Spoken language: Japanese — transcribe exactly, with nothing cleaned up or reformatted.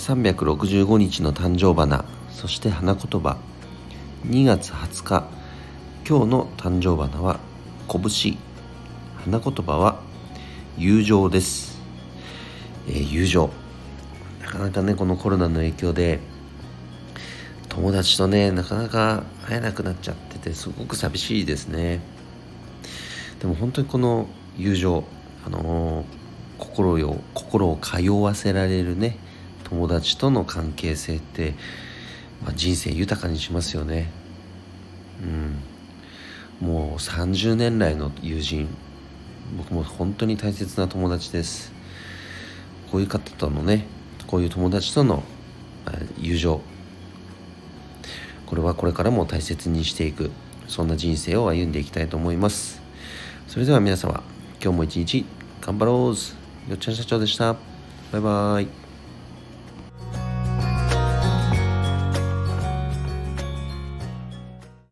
さんびゃくろくじゅうごにちの誕生花、そして花言葉。にがつはつか、今日の誕生花は拳、花言葉は友情です。えー、友情、なかなかねこのコロナの影響で友達とねなかなか会えなくなっちゃってて、すごく寂しいですね。でも本当にこの友情、あのー、心よ心を通わせられるね友達との関係性って、まあ、人生豊かにしますよね。うん、もうさんじゅうねん来の友人、僕も本当に大切な友達です。こういう方とのね、こういう友達との友情、これはこれからも大切にしていく、そんな人生を歩んでいきたいと思います。それでは皆様、今日も一日頑張ろう。よっちゃん社長でした。バイバイ。